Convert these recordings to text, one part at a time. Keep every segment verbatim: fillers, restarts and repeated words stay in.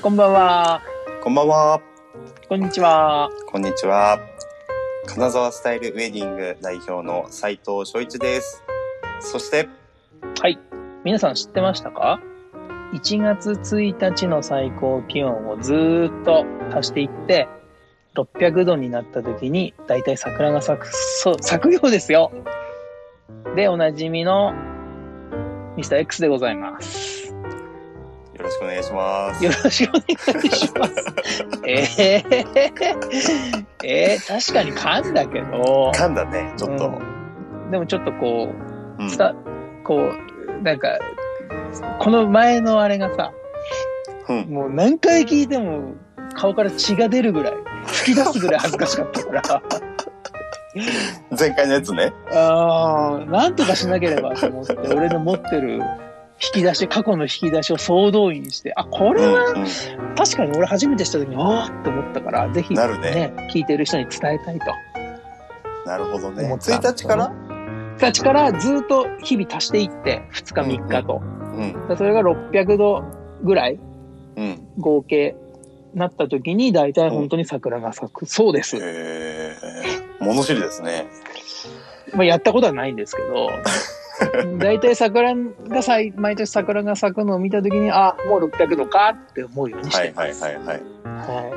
こんばんは。 こんばんは。 こんにちは。 こんにちは。金沢スタイルウェディング代表の斉藤翔一です。そして、 はい。皆さん知ってましたか？いちがつついたちの最高気温をずーっと足していって、ろっぴゃくどになった時にだいたい桜が咲く、そう、咲くようですよ。で、おなじみのミスター X でございます。 よろしくお願いします。 よろしくお願いします。えー、えー、確かに噛んだけど。 噛んだね、ちょっと。 うん、でもちょっとこう、 うん、 さ、こう、なんか、この前のあれがさ、うん、もう何回聞いても顔から血が出るぐらい、吹き出すぐらい恥ずかしかったから。 前回のやつね。 ああ、なんとかしなければと思って、俺の持ってる引き出し、過去の引き出しを総動員して、あ、これは、うんうん、確かに俺初めてした時に、あーって思ったから、ぜひ、ね、なるね、聞いてる人に伝えたいと。 なるほどね。ついたちからついたちからずっと日々足していって、ふつかみっかと。うんうん、それがろっぴゃくどぐらい、うん、合計なった時に、だいたい本当に桜が咲く。うん、そうです。 へー、物知りですね。 まあ、やったことはないんですけど、だいたい桜が咲い、毎年桜が咲くのを見たときに、あ、もうろっぴゃくどかって思うようにしてます。はいはいはいはい。 はい。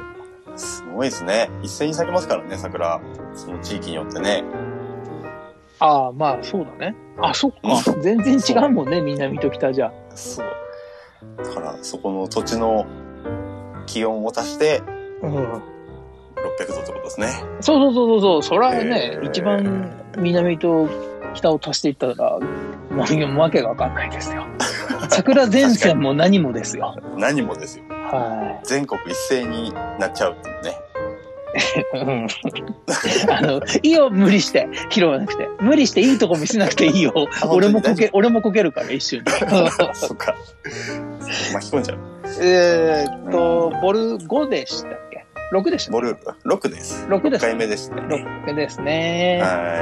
すごいですね。一斉に咲きますからね、桜。その地域によってね。 ああ、まあそうだね。あ、そっか。全然違うもんね、南と北じゃ。 そう。だから、そこの土地の気温を足して、うん、ろっぴゃくどってことですね。 そうそうそうそう。そらね、一番南と北を足していったら、もうわけがわかんないですよ。桜前線も何もですよ。 何もですよ。はい。全国一斉になっちゃうっていうね。 あの、いいよ、無理して。拾わなくて。無理していいとこ見せなくていいよ。俺もこけ、俺もこけるから、一瞬で。 そっか。巻き込んじゃう。 えーっと、ボルごでしたっけ ?ろく でしたっけ？ ボルろくです。 ろくです。 ろっかいめですね。 ろっかいですね。 はい。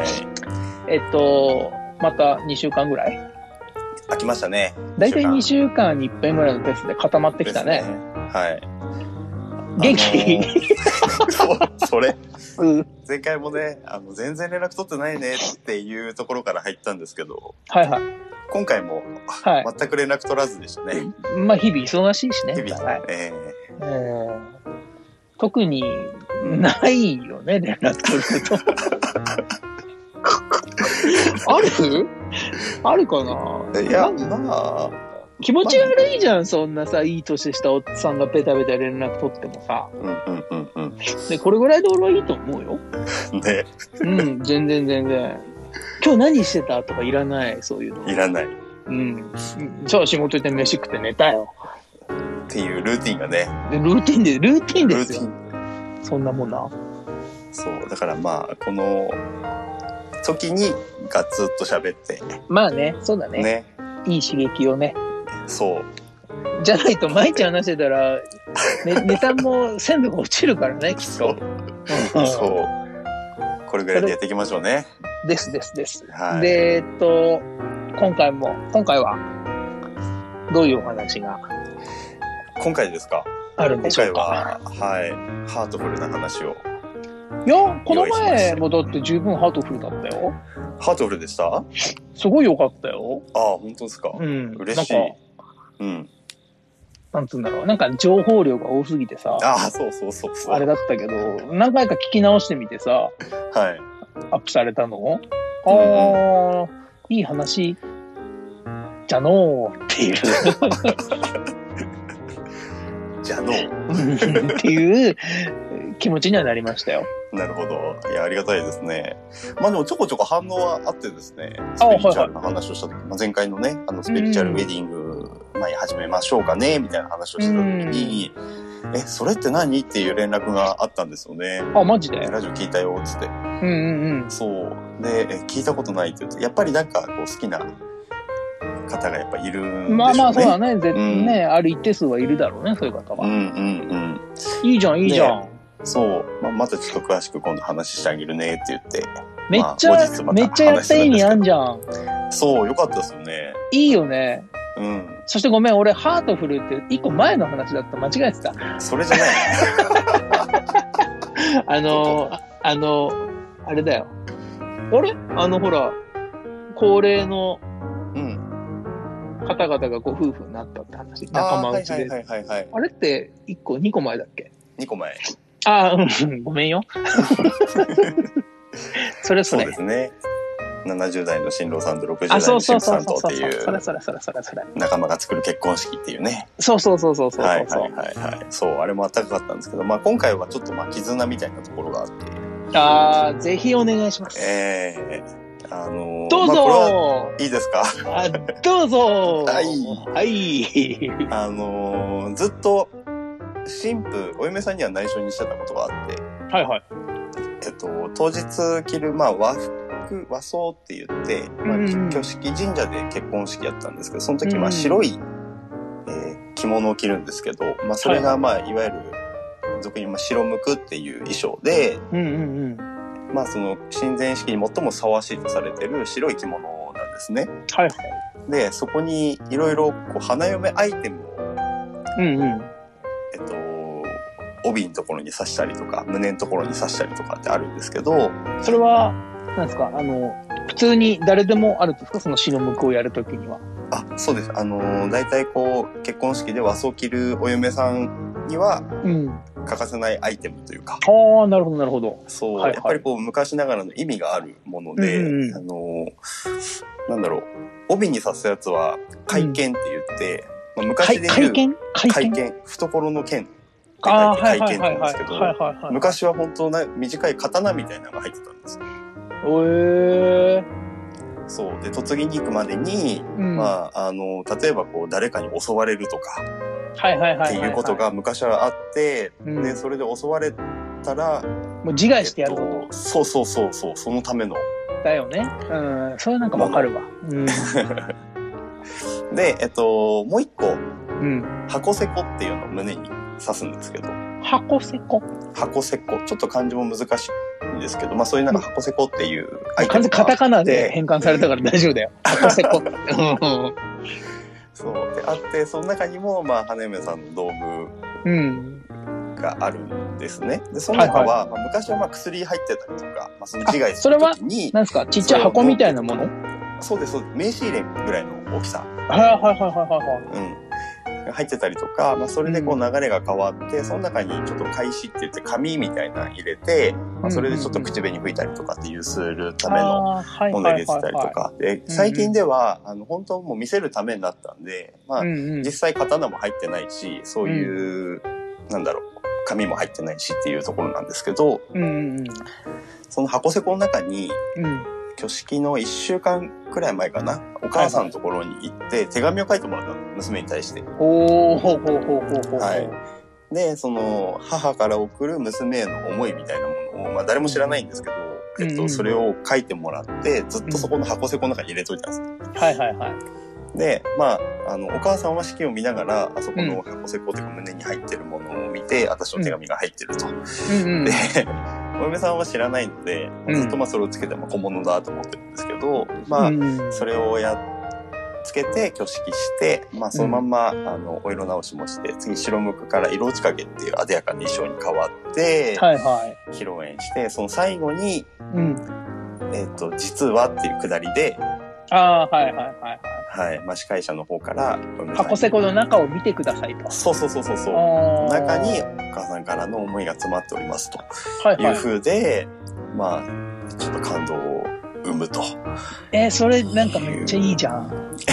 えっと、またにしゅうかんぐらい空きましたね。 だいたいにしゅうかんにいっぺんぐらいのペースで固まってきたね。 ね、はい。 元気、 あのー、そう、それ。うん、前回もね、あの、全然連絡取ってないねっていうところから入ったんですけど。 はいはい。 今回も、はい、全く連絡取らずでしたね。 まあ、日々忙しいしね。 日々、はい、えーえー。特にないよね、連絡取ると。あるあるかないや、まあ。 気持ち悪いじゃん、まあ、そんなさ、いい年したおっさんがペタペタ連絡取ってもさ。 うんうんうんうん。 で、これぐらいで俺はいいと思うよ。 ね。 うん、全然全然。今日何してたとかいらない、そういうの。 いらない。 うん。じゃあ仕事行って飯食って寝たよ。 っていうルーティンがね。 ルーティンで、ルーティンですよ。ルーティン。そんなもんな。 そう、だからまあ、この時にガツッと喋って。 まあね、そうだね。ね。いい刺激をね。 そう。 じゃないと毎日話してたら、ね、ネタも鮮度が落ちるからね、きっと。 そう。そう。これぐらいでやっていきましょうね。 ですですです。 はい、 で、えっと、今回も、今回は、どういうお話が今回ですか？ あるんでしょうか？ 今回は、はい、ハートフルな話を。 いや、この前もだって十分ハートフルだったよ。 ハートフルでした？ すごい良かったよ。 ああ、本当ですか？うん。嬉しい。 うん。なんつうんだろう。なんか情報量が多すぎてさ。 ああ、そうそうそうそう。 あれだったけど、何回か聞き直してみてさ。 はい。 アップされたのああ、うん、いい話じゃのーっていう。 じゃのーっていう気持ちにはなりましたよ。 なるほど。いや、ありがたいですね。まあでもちょこちょこ反応はあってですね、スピリチュアルな話をした時、はいはい、まあ、前回のね、あのスピリチュアルウェディング、まあ、始めましょうかね、みたいな話をした時に、え、それって何っていう連絡があったんですよね。 あ、マジで？ ラジオ聞いたよ、つって。 うんうんうん。 そう。で、え、聞いたことないって言って、やっぱりなんかこう好きな方がやっぱいるんでしょうね。 まあまあそうだね。絶対ね、うん、ある一定数はいるだろうね、そういう方は。 うんうんうん。 いいじゃん、いいじゃん。 そう。まあ、またちょっと詳しく今度話してあげるねって言って。 めっちゃ、まあ、めっちゃやった意味あんじゃん。 そう、よかったですよね。 いいよね。 うん。 そしてごめん、俺、ハートフルって一個前の話だった。間違えてた。 それじゃないあの、あ、あの、あれだよ。あれあの、ほら、高齢の方々がご夫婦になったって話。仲間内で。 はいはいはいはい、はい。 あれっていっこ、にこまえだっけ？ に 個前。 ああ、うん、ごめんよ。それそれ。 そうですね。ななじゅう代の新郎さんとろくじゅう代の新婦さんとっていう。 それそれそれそれそれ。 仲間が作る結婚式っていうね。 そうそうそうそうそうそう。 はいはいはいはい。そう、あれもあったかかったんですけど、まあ今回はちょっとまあ絆みたいなところがあって。 ああ、ぜひお願いします。 ええー、あのー、 どうぞ、まあ、これはいいですか？ あ、どうぞはい。 はい。 あのー、ずっと、新婦、お嫁さんには内緒にしてたことがあって。 はいはい。 えっと、当日着る、まあ和服、和装って言って、まあ、挙式神社で結婚式やったんですけど、その時、まあ白い、えー、着物を着るんですけど、まあそれがまあ、いわゆる、俗にまあ白むくっていう衣装で、 うんうんうん、 まあその神前式に最もふさわしいとされてる白い着物なんですね。 はいはい。 で、そこにいろいろこう花嫁アイテムを、 うんうん、 えっと、帯のところに刺したりとか、胸のところに刺したりとかってあるんですけど、 それは、なんですか、あの、普通に誰でもあるんですか、その白むくをやるときには。 あ、そうです。あの、大体こう、結婚式で和装着るお嫁さんには、欠かせないアイテムというか。 うん、ああ、なるほど、なるほど。 そう、はいはい、やっぱりこう、昔ながらの意味があるもので、うんうん、あの、なんだろう、帯に刺すやつは、会見って言って、うん、まあ、昔で言う、 会見会見懐の剣って書いて会見って言うんですけど、昔は本当な短い刀みたいなのが入ってたんですよ。 へー。 そう。で、嫁ぎに行くまでに、うん、まあ、あの、例えばこう、誰かに襲われるとか、 はいはいはい。 っていうことが昔はあって、で、それで襲われたら、 もう自害してやるぞと、 えっと。そうそうそうそう、そのための。 だよね。うん、それなんかわかるわ。うん、 で、えっと、もう一個、 うん、 箱せこっていうのを胸に刺すんですけど。 箱せこ箱せこ。ちょっと漢字も難しいんですけど、まあそういうなんか箱せこっていうアイテムがあって。完全カタカナで変換されたから大丈夫だよ。箱せこ。 そう。で、あって、その中にも、まあ、花嫁さんの道具があるんですね。で、その中は、はいはい、まあ、昔はまあ薬入ってたりとか、まあ、その自害するときに。 何ですか、ちっちゃい箱みたいなもの？ そうです、そうです。名刺入れぐらいの大きさ。 はいはいはいはいはい。 うん。入ってたりとか、まあ、それでこう流れが変わって、うん、その中にちょっと返しって言って紙みたいなの入れて、まあ、それでちょっと口紅吹いたりとかっていうするためのもの入れてたりとか。で、最近では、あの、本当もう見せるためになったんで、まあ、うんうん、実際刀も入ってないし、そういう、うん、なんだろう、紙も入ってないしっていうところなんですけど、 うんうん、 その箱せこの中に、 うん挙式の一週間くらい前かな、お母さんのところに行って手紙を書いてもらったの、娘に対して。 おー、ほうほうほうほうほう。 はい。で、その、母から送る娘への思いみたいなものを、まあ誰も知らないんですけど、えっと、それを書いてもらって、ずっとそこの箱せこの中に入れといたんですよ。 はいはいはい。 で、まあ、あの、お母さんは式を見ながら、あそこの箱せこというか胸に入ってるものを見て、私の手紙が入ってると。 うんうん、 で、お嫁さんは知らないので、ずっとまあそれをつけても小物だと思ってるんですけど、まあ、それをやっつけて挙式して、まあそのまんま、うん、あの、お色直しもして、次白むくから色落ちかけっていう艶やかな衣装に変わって、 はいはい。 披露宴して、その最後に、 うん、 えっと、実はっていうくだりで、 ああ、はいはいはい。 はい。まあ、司会者の方から、 箱せこの中を見てくださいと。 そうそうそうそうそう。中にお母さんからの思いが詰まっておりますと。はいはい。いう風で、まあ、ちょっと感動を生むと。 えー、それなんかめっちゃいいじゃん。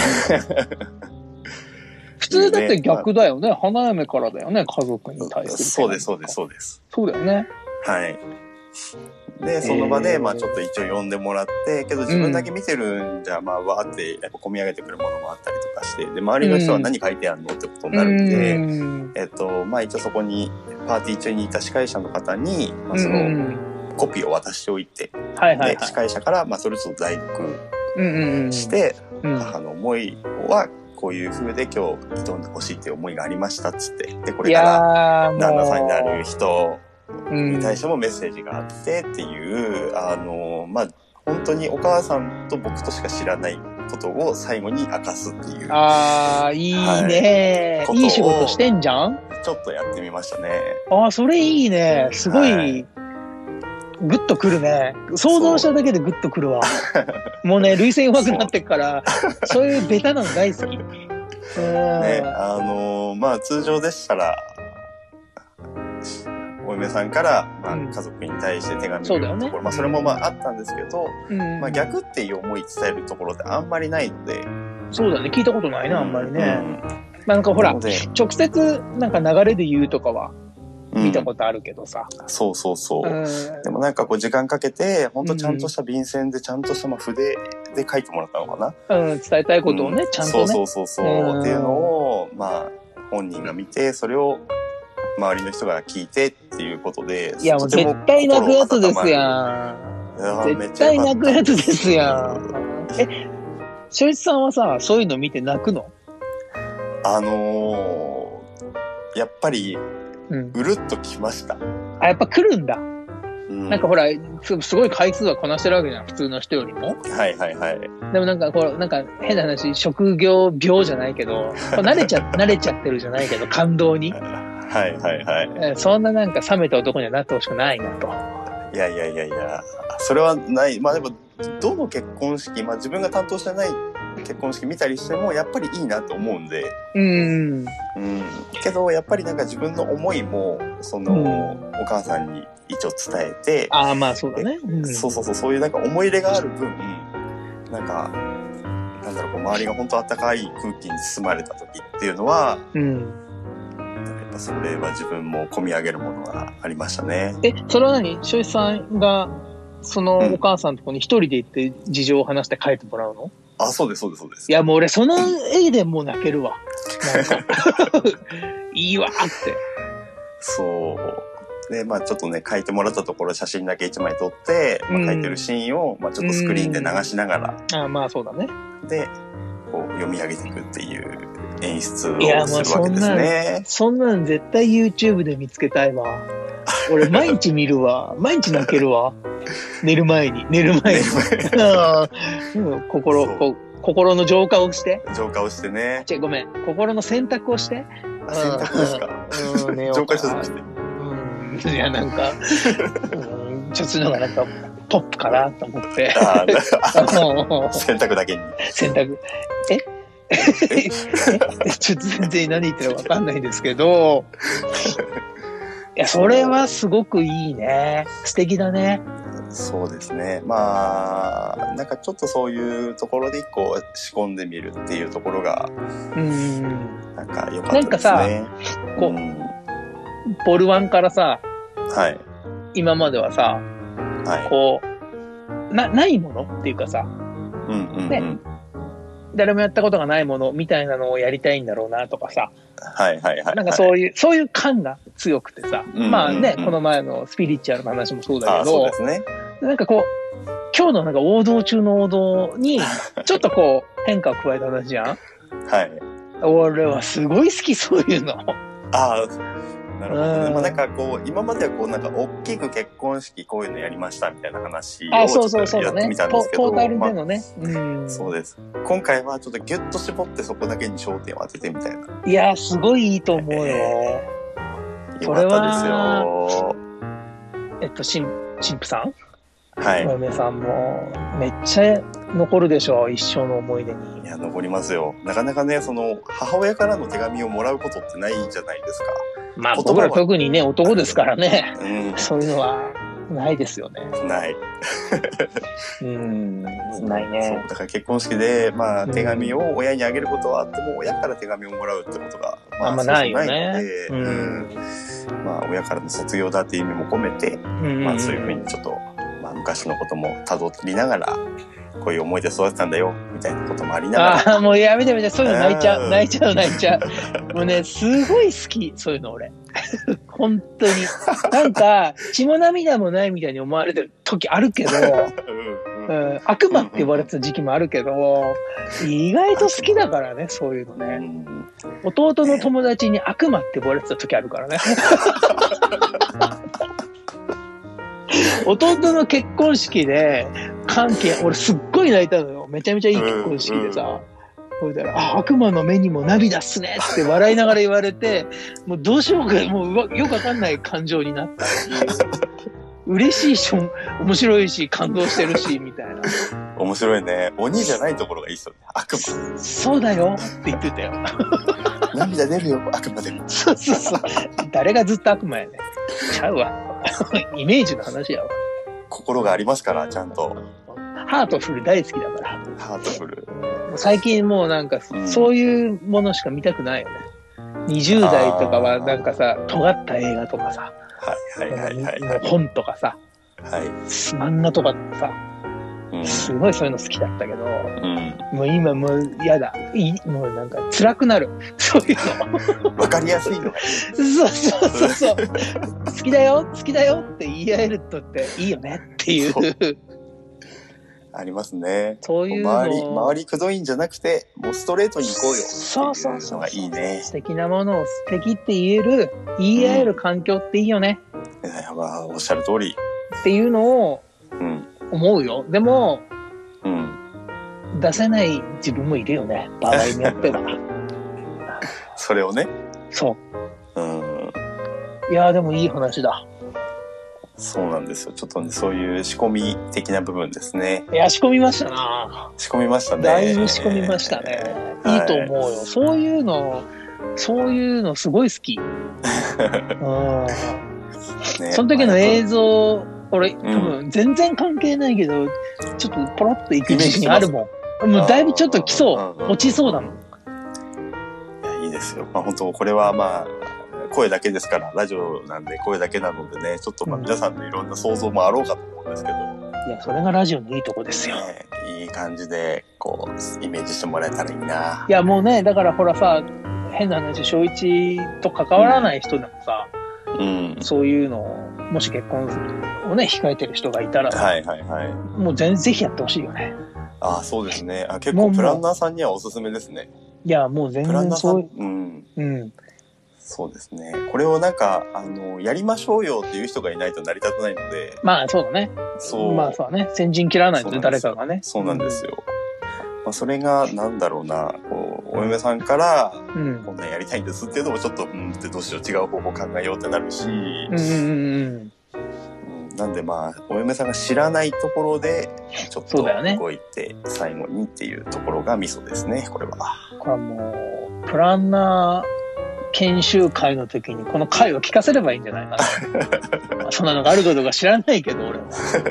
普通だって逆だよね。花嫁からだよね、家族に対する。 そうです、そうです、そうです。 そうだよね。 はい。で、その場で、まあちょっと一応呼んでもらって、けど自分だけ見てるんじゃ、まあわーってやっぱ込み上げてくるものもあったりとかして、で、周りの人は何書いてあんのってことになるんで、えっと、まあ一応そこに、パーティー中にいた司会者の方に、まあその、コピーを渡しておいて、 はいはい。 で、司会者から、まあそれをちょっと代読して、母の思いは、こういう風で今日挑んでほしいっていう思いがありましたっつって、で、これから旦那さんになる人、に対してもメッセージがあってっていう、あの、まあ、本当にお母さんと僕としか知らないことを最後に明かすっていう。 ああ、いいね、はい、いい仕事してんじゃん。 ちょっとやってみましたね。 ああ、それいいね。すごい、はい、グッとくるね。想像しただけでグッとくるわ。もうね、涙腺上手くなってっから、そ, そういうベタなの大好き。ね、 あのー、まあ通常でしたら、お嫁さんから、まあ、家族に対して手紙を送るところ、うんね、まあそれもまああったんですけど、うん、まあ逆っていう思い伝えるところってあんまりないので。 そうだね、聞いたことないな、あんまりね。うん、まあなんかほら、直接なんか流れで言うとかは見たことあるけどさ。 うん、そうそうそう。うん、でもなんかこう時間かけて、ほんとちゃんとした便箋でちゃんとしたまあ筆で書いてもらったのかな。 うん、伝えたいことをね、うん、ちゃんとね。 そうそうそうそう、うん。っていうのを、まあ本人が見て、それを周りの人が聞いてっていうことで。 いやもう絶対泣くやつですやん。絶対泣くやつですやん。え、しょいちさんはさ、そういうの見て泣くの？ あのー、やっぱり、うん、うるっときました。 あ、やっぱ来るんだ。うん、なんかほらす、すごい回数はこなしてるわけじゃん、普通の人よりも。 はいはいはい。 でもなんかこう、なんか変な話、職業病じゃないけど、慣れちゃ、慣れちゃってるじゃないけど、感動に。 はいはいはい。 そんななんか冷めた男にはなってほしくないなと。 いやいやいやいや、それはない。まあでも、どの結婚式、まあ自分が担当してない結婚式見たりしても、やっぱりいいなと思うんで。 うん。 うん。けど、やっぱりなんか自分の思いも、その、うん、お母さんに一応伝えて。 ああ、まあそうだね、 うん。そうそうそう、そういうなんか思い入れがある分、なんか、なんだろう、こう周りが本当温かい空気に包まれた時っていうのは、 うん。 それは自分も込み上げるものがありましたね。 え、それは何？しょいさんがそのお母さんのとこに一人で行って事情を話して帰ってもらうの？ あ、そうですそうですそうです。 いやもう俺その絵でもう泣けるわ。なんかいいわって。 そう。で、まあちょっとね、書いてもらったところ写真だけ一枚撮って、まあ、書いてるシーンを、まあ、ちょっとスクリーンで流しながら。 ああ、まあそうだね。 で、こう読み上げていくっていう演出をするわけですね。 そんなん絶対 YouTube で見つけたいわ。俺毎日見るわ。毎日泣けるわ。寝る前に。寝る前に。うん、心、こ心の浄化をして。 浄化をしてね。 違う、ごめん。心の選択をして。 選択ですか。うん、浄化したとして。 うん。いや、なんか、うん、ちょっとなんか、なんか、トップかなと思って。 ああ、選択だけに。 選択。えちょっと全然何言ってるか分かんないんですけど、いや、それはすごくいいね。素敵だね。 そうですね。まあ、なんかちょっとそういうところで一個仕込んでみるっていうところが、うん、なんか良かったですね。なんかさ、こう、うん、 ボルワンからさ、 はい、 今まではさ、はい、こう、な、ないものっていうかさ、 うんうんうん、ね、 誰もやったことがないものみたいなのをやりたいんだろうなとかさ。 はいはいはい、はい。 なんかそういう、そういう感が強くてさ。うんうんうん、まあね、この前のスピリチュアルの話もそうだけど。 そうですね。 なんかこう、今日のなんか王道中の王道に、ちょっとこう、変化を加えた話じゃん。 はい。 俺はすごい好き、そういうの。 ああ。なるほどね。まあなんかこう、今まではこうなんか大きく結婚式こういうのやりましたみたいな話をちょっとやってみたんですけど。 トータルでのね、 まあうん。そうです。今回はちょっとギュッと絞ってそこだけに焦点を当ててみたいな。 いやー、すごいいいと思うよ。えー、よかったですよ。 えっと、しん、神父さんはい。 お嫁さんもめっちゃ残るでしょ、一生の思い出に。 いや、残りますよ。なかなかね、その、母親からの手紙をもらうことってないじゃないですか。 まあ僕ら特にね、男ですからね、うん、そういうのはないですよね。 ない。 うん、ないね。 そう、だから結婚式で、まあ手紙を親にあげることはあっても、親から手紙をもらうってことが、まあ、 あんまないよね。 ないので、うん、まあ親からの卒業だっていう意味も込めて、うん、まあそういうふうにちょっと、まあ昔のことも辿りながら、こういう思いで育てたんだよ、みたいなこともありながら。 ああ、もうやめてやめて、そういうの泣いちゃう、泣いちゃう、泣いちゃう。もうね、すごい好き、そういうの俺。本当に。なんか、血も涙もないみたいに思われてる時あるけど、うん、悪魔って呼ばれてた時期もあるけど、意外と好きだからね、そういうのね。弟の友達に悪魔って呼ばれてた時あるからね。弟の結婚式で関係、俺すっごい泣いたのよ。 めちゃめちゃいい結婚式でさ、それだら、あ、悪魔の目にも涙っすねって笑いながら言われて、もうどうしようか、もうよくわかんない感情になったし、嬉しいし、面白いし、感動してるし、みたいな。 面白いね。鬼じゃないところがいいっすよね。悪魔。 そうだよって言ってたよ。 涙出るよ、悪魔でも。 そうそうそう。誰がずっと悪魔やね。ちゃうわ。イメージの話やわ。 心がありますから、ちゃんと。 ハートフル大好きだから。 ハートフル。 最近もうなんか、うん、そういうものしか見たくないよね。にじゅう代とかはなんかさ、尖った映画とかさ、 はいはいはいはい、 はい、本とかさ、 はい、 漫画とかさ、うん、すごいそういうの好きだったけど、うん、もう今もう嫌だ。いもうなんか辛くなる。そういうの。 わかりやすいの。 そうそうそうそう。好きだよ、好きだよって言い合えるとっていいよねっていう。 ありますね。 そういうの。 周り、周りくどいんじゃなくて、もうストレートに行こうよ。 そうそうそう。 がいいね。 素敵なものを素敵って言える、言い合える環境っていいよね。 うん、いや、まあ、おっしゃる通り。 っていうのを、思うよ。でも、 うん、 出せない自分もいるよね。場合によっては。 それをね。 そう。うん。 いや、でもいい話だ。 そうなんですよ。ちょっとね、そういう仕込み的な部分ですね。 いや、仕込みましたな。 仕込みましたね。 だいぶ仕込みましたね。えー、いいと思うよ。はい、そういうの、そういうのすごい好き。うんね、その時の映像、俺、多分全然関係ないけど、ちょっとポロッといく自信あるもん。もうだいぶちょっと来そう。落ちそうだもん。いや、いいですよ。まあ本当、これはまあ、声だけですから、ラジオなんで声だけなのでね、ちょっとまあ皆さんのいろんな想像もあろうかと思うんですけど。 いや、それがラジオのいいとこですよ。 ね、いい感じで、こう、イメージしてもらえたらいいな。 いや、もうね、だからほらさ、変な話、小一と関わらない人でもさ、うん、そういうのを、もし結婚をね、控えてる人がいたらさ、 はいはいはい。 もう全ぜひやってほしいよね。 ああ、そうですね。あ、結構プランナーさんにはおすすめですね。 いや、もう全然そういう。 うん。 うん。 そうですね。これをなんか、あの、やりましょうよっていう人がいないと成り立たないので。 まあ、そうだね。そう。まあ、そうだね。先陣切らないとね、誰かがね。 そうなんですよ。まあ、それが、なんだろうな、こう、お嫁さんから、うん、こんなんやりたいんですっていうのもちょっと、うんってどうしよう、違う方法考えようってなるし。うんうんうんうん、なんでまあ、お嫁さんが知らないところで、ちょっと動いて、最後にっていうところがミソですね、これは。 これはもう、プランナー、研修会の時にこの会を聞かせればいいんじゃないかな。そんなのがあることが知らないけど、俺は。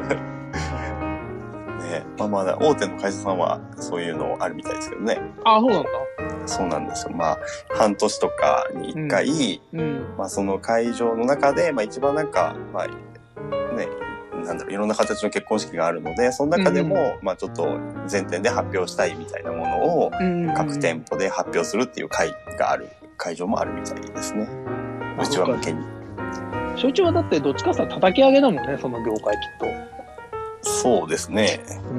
ね、まあまだ大手の会社さんはそういうのあるみたいですけどね。 ああ、そうなんだ。 そうなんですよ。まあ、半年とかに一回、うんうん、まあその会場の中で、まあ一番なんか、まあ、ね、なんだろう、いろんな形の結婚式があるので、その中でも、うん、まあちょっと前店で発表したいみたいなものを、各店舗で発表するっていう会がある。会場もあるみたいですね。うちわ向けに。 小一はだってどっちかさ叩き上げだもんね、その業界きっと。そうですね。 うん。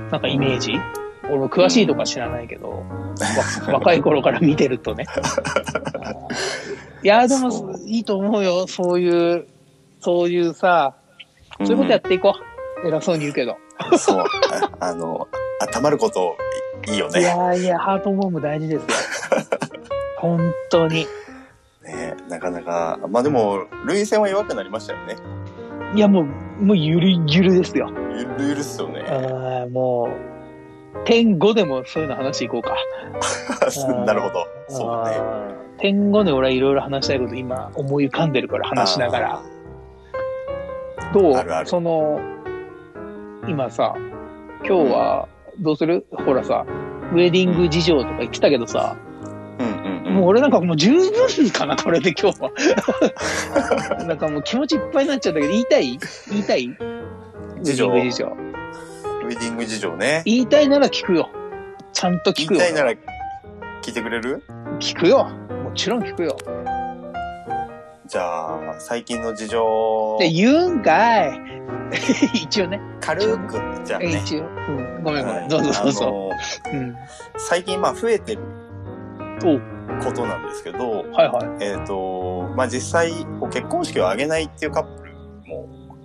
なんかイメージ、うん、俺も詳しいとか知らないけど、うん、若い頃から見てるとね。いやでもいいと思うよ。そういう、そういうさ、そういうことやっていこう。うん、偉そうに言うけど。 そう。あ, あの、温まることいいよね。 いやいや、ハートウォーム大事ですよ。本当に。 ねえ、なかなか、まあでも、涙腺は弱くなりましたよね。 いや、もう、もうゆるゆるですよ。 ゆるゆるっすよね。 ああ、もう、点ごでもそういうの話していこうか。 なるほど。そうだね。 点ごで俺はいろいろ話したいこと今思い浮かんでるから話しながら。どうあるあるその、今さ、今日はどうする、うん、ほらさ、ウェディング事情とか言ってたけどさ、もう俺なんかもう十分かな、これで今日は。なんかもう気持ちいっぱいになっちゃったけど、言いたい言いたい事情。 ウェディング事情。 ウェディング事情ね。 言いたいなら聞くよ。ちゃんと聞くよ。 言いたいなら聞いてくれる？ 聞くよ。もちろん聞くよ。 じゃあ、最近の事情。 で、言うんかい。一応ね。 軽く、じゃあね。 一応。うん。ごめんごめん。どうぞどうぞ。うん、 最近まあ増えてる。ことなんですけど、 はいはい。 えっと、まあ、実際、結婚式を挙げないっていうカップルも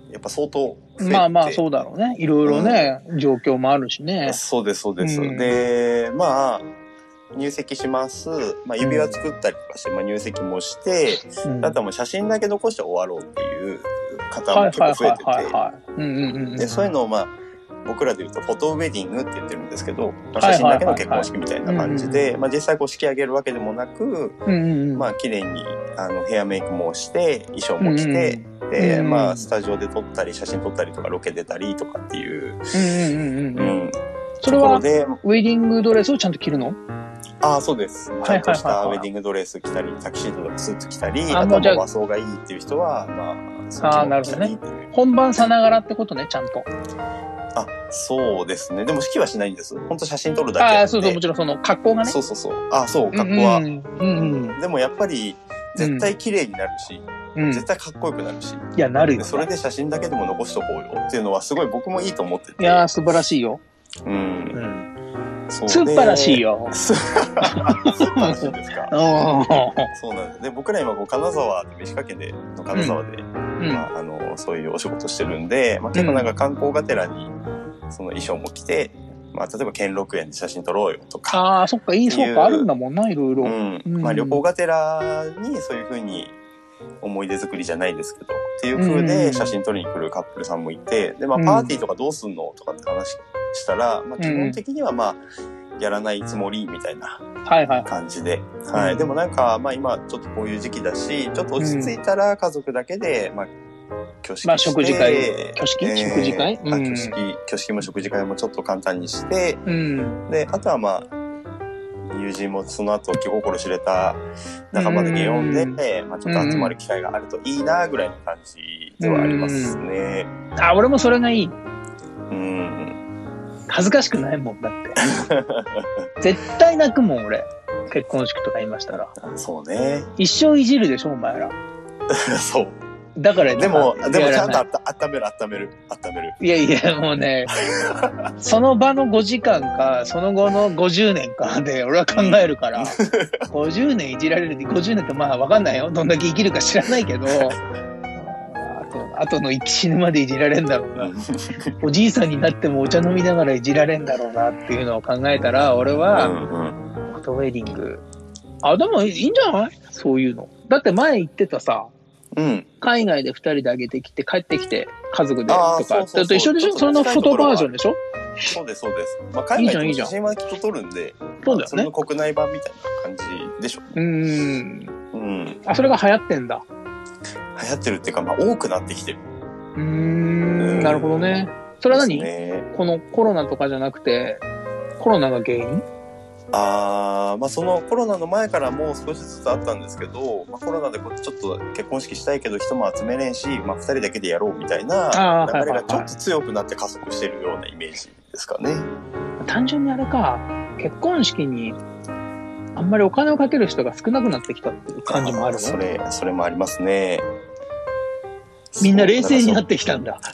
やっぱ相当増えて。 まあまあそうだろうね。いろいろね、うん、状況もあるしね。 そうです、そうです。うん、で、まあ、入籍します。まあ、指輪作ったりとかして、まあ、入籍もして、うん、あとはもう写真だけ残して終わろうっていう方も結構増えてて、で、そういうのをまあ、僕らで言うとフォトウェディングって言ってるんですけど、まあ、写真だけの結婚式みたいな感じで、まあ実際こう式挙げるわけでもなく、うんうん、まあ綺麗にあのヘアメイクもして衣装も着て、うんうん、で、まあスタジオで撮ったり写真撮ったりとかロケ出たりとかっていう、うんうんうん、 それはウェディングドレスをちゃんと着るの？ ああ、そうです。ちゃんとしたウェディングドレス着たり、タキシードとかスーツ着たり、あとは和装がいいっていう人は、まあ、そっちも着たりっていう。 本番さながらってことね、ちゃんと。 あ、そうですね。でも式はしないんです。本当写真撮るだけで。 ああ、そうそう、もちろんその格好がね。 そうそうそう。あ、そう、格好は。うんうんうん、でもやっぱり、絶対綺麗になるし、うん、絶対かっこよくなるし。 いや、なるよ、ね。 それで写真だけでも残しとこうよっていうのはすごい僕もいいと思ってて。 いやー、素晴らしいよ。 うん。うん素晴らしいよ。 素晴らしいですか。そうなんです。で、僕ら今こう金沢、石川県での金沢で、うん、まああのそういうお仕事してるんで、まあ結構なんか観光がてらにその衣装も着て、まあ例えば兼六園で写真撮ろうよとか。 ああ、そっか、いいそうかあるんだもんな、いろいろ。 うん。うん、まあ旅行がてらにそういう風に思い出作りじゃないですけど、っていう風で写真撮りに来るカップルさんもいて、で、まあパーティーとかどうすんのとかって話したら、まあ、基本的にはまあ、やらないつもりみたいな感じで。はいはい。はい。でもなんか、まあ今ちょっとこういう時期だし、ちょっと落ち着いたら家族だけで、まあ、挙式して。 まあ食事会。挙式、えー、食事会、 うん、挙式、挙式も食事会もちょっと簡単にして、うん、で、あとはまあ、友人もその後気心知れた仲間だけ呼んで、うん、まあちょっと集まる機会があるといいなぐらいの感じではありますね。 うん、あ、俺もそれがいい。 うん。 恥ずかしくないもんだって絶対泣くもん俺結婚式とか言いましたら。 そうね。 一生いじるでしょお前ら。 そうだからでもでもちゃんとあった温める温める温める。 いやいやもうねその場のごじかんかその後のごじゅうねんかで俺は考えるからごじゅうねんいじられるってごじゅうねんってまあ分かんないよどんだけ生きるか知らないけどあとの生き死ぬまでいじられんだろうなおじいさんになってもお茶飲みながらいじられんだろうなっていうのを考えたら俺はフォトウェディングあでもいいんじゃないそういうのだって前言ってたさ、うん、海外でふたりであげてきて帰ってきて家族でとかそれと一緒でしょそれのフォトバージョンでしょそうですそうです、まあ、海外で写真はきっと撮るんでそうだよね、 それの国内版みたいな感じでしょうーんうんあそれが流行ってんだ流行ってるっていうか、まあ、多くなってきてる。 うーん、なるほどね。それは何、ね、このコロナとかじゃなくて、コロナが原因あー、まあそのコロナの前からもう少しずつあったんですけど、まあ、コロナでこうちょっと結婚式したいけど人も集めれんし、まあ二人だけでやろうみたいな流れがちょっと強くなって加速してるようなイメージですかね。 単純にあれか、結婚式にあんまりお金をかける人が少なくなってきたっていう感じもあるね。 それ、それもありますね。 みんな冷静になってきたんだ。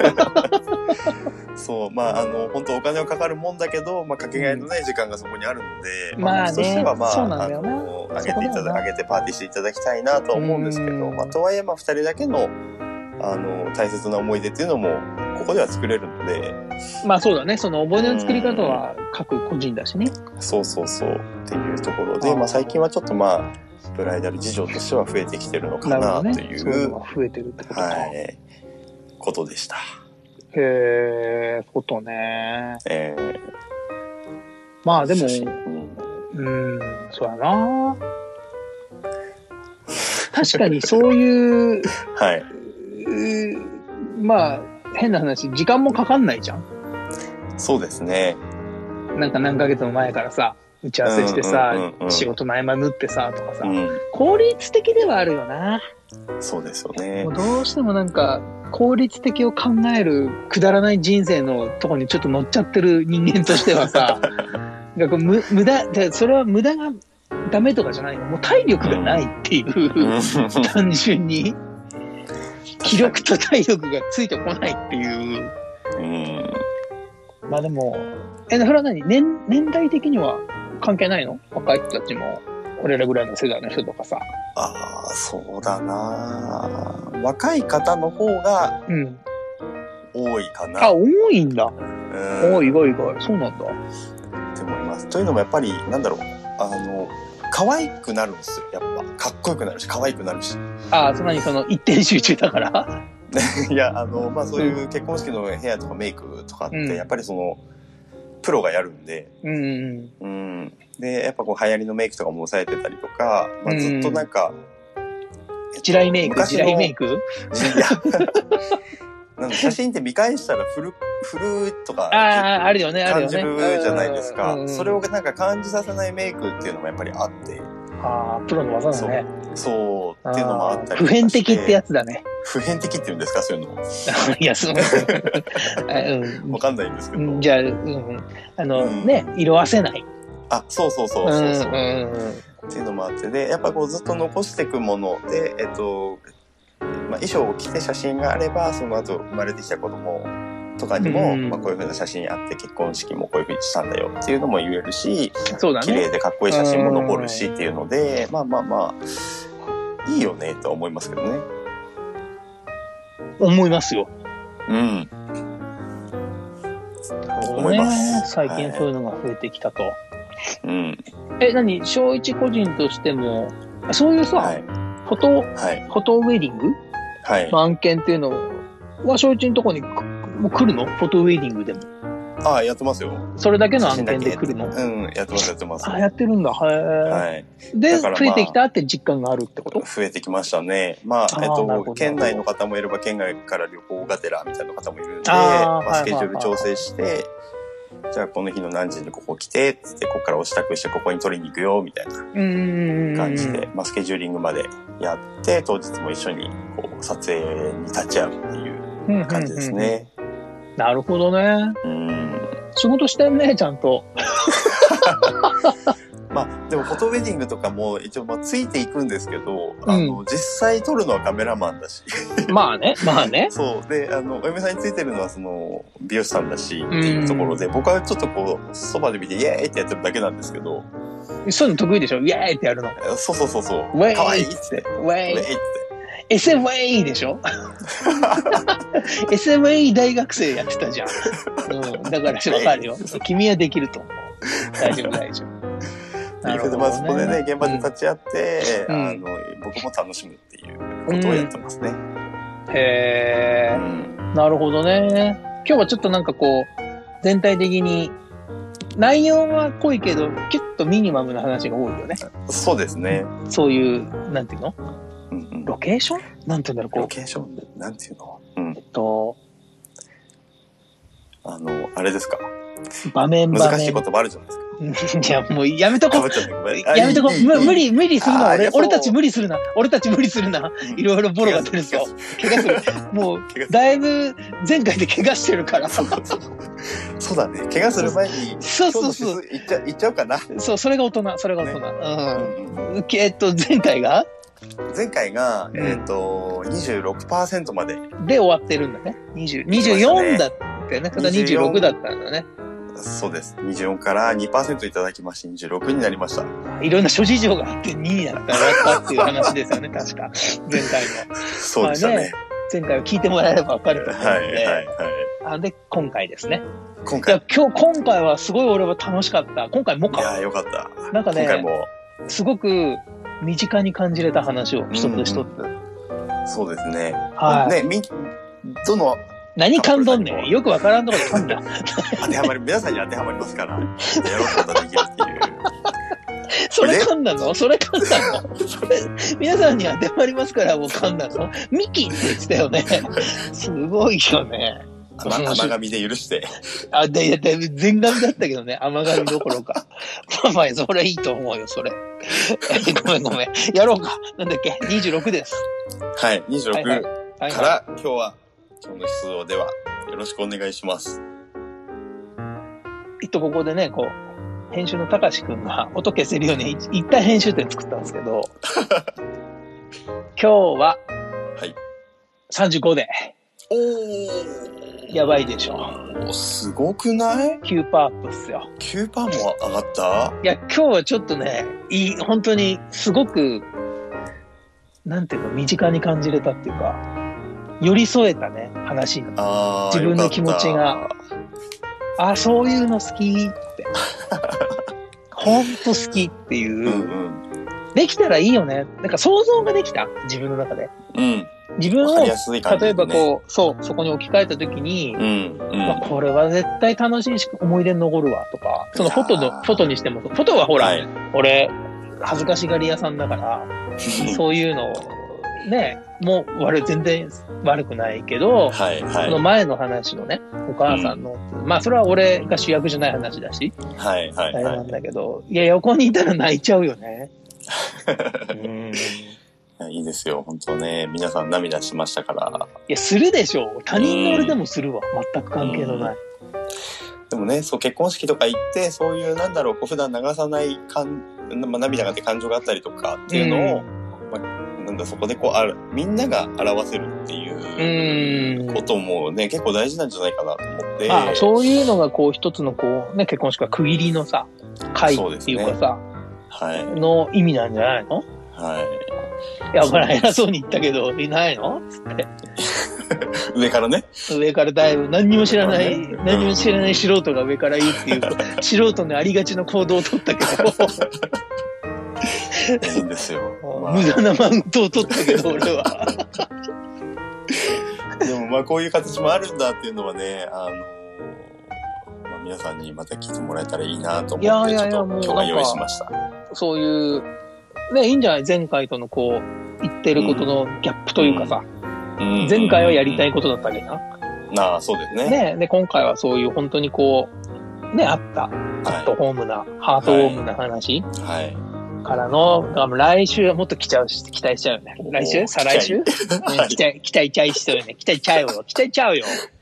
そう、まあ、あの、本当お金はかかるもんだけど、まあ、かけがえのない時間がそこにあるので、 うん、まあね、 としては、まあ、 そうなんだよな。 あの、あげていただ、あげてパーティーしていただきたいなとは思うんですけど、まあ、とはいえ、まあ、二人だけの、あの、大切な思い出っていうのも、ここでは作れるので。 まあそうだね、その思い出の作り方は各個人だしね。 そうそうそう。っていうところで、あまあ最近はちょっとまあ、ブライダル事情としては増えてきてるのかなという。 そういうのが増えてるってことか。 はい。ことでした。 へえ、ことね。 えー、 まあでも、うん、うん、そうやな。確かにそういう、 はい。 まあ、変な話、時間もかかんないじゃん。 そうですね。 なんか何ヶ月も前からさ、打ち合わせしてさ、うんうんうんうん、仕事の合間縫ってさ、とかさ、うん、効率的ではあるよな。 そうですよね。 もうどうしてもなんか、効率的を考えるくだらない人生のとこにちょっと乗っちゃってる人間としてはさ、なんか無無駄、それは無駄がダメとかじゃないの。もう体力がないっていう、うん、単純に。気力と体力がついてこないっていう。うん、まあでも、え、それは何年、年代的には関係ないの若い人たちも。 俺らぐらいの世代の人とかさ。 ああ、そうだな。若い方の方が多いかな。 うん、あ、多いんだ。うん。お、意外意外。そうなんだ。 って思います。というのもやっぱり、なんだろう。あの、可愛くなるんですよ。やっぱ。かっこよくなるし、可愛くなるし。 ああ、そんなにその一点集中だからいや、あの、まあ、そういう結婚式のヘアとかメイクとかって、うん、やっぱりその、プロがやるんで、 うんうんうん、で、やっぱこう流行りのメイクとかも抑えてたりとか、まあ、ずっとなんか、 えっと、地雷メイク地雷メイクいや、 なんか写真って見返したら古、古とか、 ああ、あるよね、あるよね。 感じるじゃないですか。それをなんか感じさせないメイクっていうのもやっぱりあって。 ああ、プロの技だね。 そう、っていうのもあったり普遍的ってやつだね。 普遍的って言うんですか、そういうの。 いや、そう。 うん、わかんないんですけど。 じゃあ、うん、あの、うん、ね、色あせない。 あ、そうそうそうそうそう、うんうんうん。っていうのもあって、で、やっぱこうずっと残していくもので、えっと、まあ、衣装を着て写真があれば、その後生まれてきた子供とかにも、うん、まあ、こういう風な写真あって結婚式もこういう風にしたんだよっていうのも言えるし、 そうだね、 綺麗でかっこいい写真も残るしっていうので、まあまあまあ、いいよねとは思いますけどね。 思いますよ。 うん。 思います。最近そういうのが増えてきたと。はい、 うん。 え、何小一個人としても、そういうさ、はい、フォト、はい、フォトウェディング、はい、の案件っていうのは小一のとこにもう来るの？フォトウェディングでも。 ああ、やってますよ。 それだけの案件で来るの？ うん、やってます、やってます。 あ、やってるんだ。へえ。はい。で、まあ、増えてきたって実感があるってこと？ 増えてきましたね。まあ、えっと、県内の方もいれば、県外から旅行がてらみたいな方もいるんで、あまあ、スケジュール調整して、じゃあこの日の何時にここ来て、つってここからお支度してここに取りに行くよ、みたいな感じで、まあ、スケジューリングまでやって、当日も一緒にこう撮影に立ち会うっていう感じですね。 うんうんうん、なるほどね。 うん仕事してんね、ちゃんと。 まあ、でもフォトウェディングとかも一応まあついていくんですけど、うん、あの、実際撮るのはカメラマンだし。 まあね、まあね。 そう。で、あの、お嫁さんについてるのはその、美容師さんだしっていうところで、僕はちょっとこう、そばで見てイエーイってやってるだけなんですけど。 そういうの得意でしょ？イエーイってやるの。 そうそうそうそう。 ウェイかわいいっつって。 ウェイウェイっつって。 エスエムエー でしょエスエムエー 大学生やってたじゃん。うん。だからわかるよ。君はできると思う。大丈夫大丈夫。 なるほど、ね。まあそこでね、現場で立ち会って、うん、あの、僕も楽しむっていうことをやってますね。 うん、へー、うん。なるほどね。今日はちょっとなんかこう、全体的に、内容は濃いけど、キュッとミニマムな話が多いよね。 そうですね。 そういう、なんていうの？ロケーションなんていうんだろう、こう。 ロケーションなんていうの、うん、 えっと、 あの、あれですか。 場面場面。 難しい言葉あるじゃないですか。 いや、もうやめとこう。やめとこう。無理、無理するな。俺、俺たち無理するな。俺たち無理するな。いろいろボロが出るぞ。怪我する。もう、だいぶ前回で怪我してるから。 そうだね。怪我する前に、 そうそうそう。 いっちゃ、いっちゃうかな。 そう、それが大人。それが大人。うん。えっと、前回が前回が、うん、えっと、にじゅうろくパーセント まで。 で終わってるんだね。にじゅう、にじゅうよんだってね。ただにじゅうろくだったんだね。 そうです。にじゅうよんから にパーセント いただきまして、にじゅうろくになりました。 いろんな諸事情があってにになったら終わったっていう話ですよね、確か。前回の。 そうでしたね。まあね、 前回を聞いてもらえればわかると思うので。はい、はい、はい。あで、今回ですね。 今回。いや、 今日、今回はすごい俺は楽しかった。今回もか。 いや、よかった。 なんかね、 今回も。 すごく身近に感じれた話を一つ一つ。 そうですね。 はい。 ね、み、どの、 何感動ねんよくわからんところで噛んだ。 当てはまり、皆さんに当てはまりますから、やろうことができるっていう。 それ噛んだのそれ噛んだのそれ、皆さんに当てはまりますからもう噛んだのミキって言ってたよね。すごいよね。 甘噛で許して。 あ、だいだい全噛みだったけどね、甘噛みどころか。まあまあ、それいいと思うよ、それ。ごめんごめん。やろうか。なんだっけ ?にじゅうろく です。 はい、にじゅうろくから、はいはい、今日は、今日の出動では、よろしくお願いします。 えっと、ここでね、こう、編集のたかしくんが音消せるように一旦編集点作ったんですけど、今日は、 はい。 さんじゅうごで。 おーやばいでしょ。 お、すごくない？ きゅうパーセント アップっすよ。 きゅうパーセント も上がった？ いや、今日はちょっとね、いい、本当にすごく、なんていうか、身近に感じれたっていうか、寄り添えたね、話に。 あ、 自分の気持ちが。あ、そういうの好きって。ほんと好きっていう。うんうん、できたらいいよね。なんか想像ができた。自分の中で。うん。自分を、ね、例えばこう、そう、そこに置き換えたときに、うんうん、まあ、これは絶対楽しいし、思い出に残るわとか、そのフォトの、フォトにしても、フォトはほら、はい、俺、恥ずかしがり屋さんだから、そういうのを、ね、もう悪い、全然悪くないけど、はいはい、その前の話のね、お母さんの、うん、まあそれは俺が主役じゃない話だし、はいはいはい、あれなんだけど、いや、横にいたら泣いちゃうよね。 うん、いや、いいですよ、本当ね。皆さん涙しましたから。 いや、するでしょ。他人の俺でもするわ。うん、全く関係のない。 でもね、そう、結婚式とか行って、そういう、なんだろう、こう普段流さない感、まあ、涙があって感情があったりとかっていうのを、うん、まあ、なんだ、そこでこうある、みんなが表せるっていうこともね、結構大事なんじゃないかなと思って。 ああ、そういうのがこう一つのこう、ね、結婚式は区切りのさ、会っていうかさ、はい、の意味なんじゃないの？はい。いや、ほら、偉そうに言ったけど、いないのつって。 上からね。 上からだいぶ何にも知らない、ね、何にも知らない素人が上から言うっていう、素人にありがちな行動を取ったけど。 いいんですよ。 まあ、無駄なマウントを取ったけど、俺は。 でもまあこういう形もあるんだっていうのはね、あの、まあ、皆さんにまた聞いてもらえたらいいなと思って、いやいやいや、ちょっと今日は用意しました。 そういう、ね、いいんじゃない？前回とのこう、言ってることのギャップというかさ、うんうん、前回はやりたいことだったわけな。 ああ、そうですね。 ね、で、今回はそういう本当にこう、ね、あった、アットホームな、はい、ハートウォームな話。はい。はいからの、来週はもっと来ちゃうし、期待しちゃうよね。来週？再来週？ね、期待、期待ちゃいしそうよね。期待ちゃうよ。期待ちゃうよ。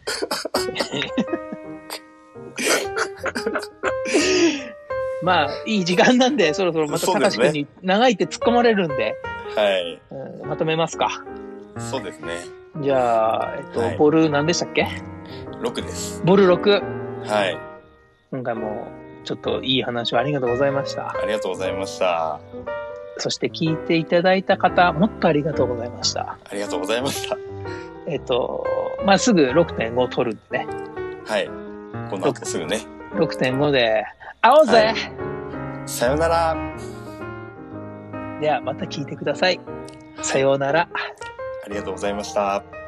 まあ、いい時間なんで、そろそろまた高橋君に長いって突っ込まれるんで、はい、うん。まとめますか。 そうですね。 じゃあ、えっと、はい、ボル何でしたっけ？ ろくです。 ボルろく。 はい。 今回も、ちょっといい話をありがとうございました。 ありがとうございました。 そして聞いていただいた方、もっとありがとうございました。 ありがとうございました。 えっと、まあ、すぐ ろくてんご 取るんでね。 はい。この後すぐね。 ろくてんご で会おうぜ、はい、 さよなら。 ではまた聞いてください。さようなら。 ありがとうございました。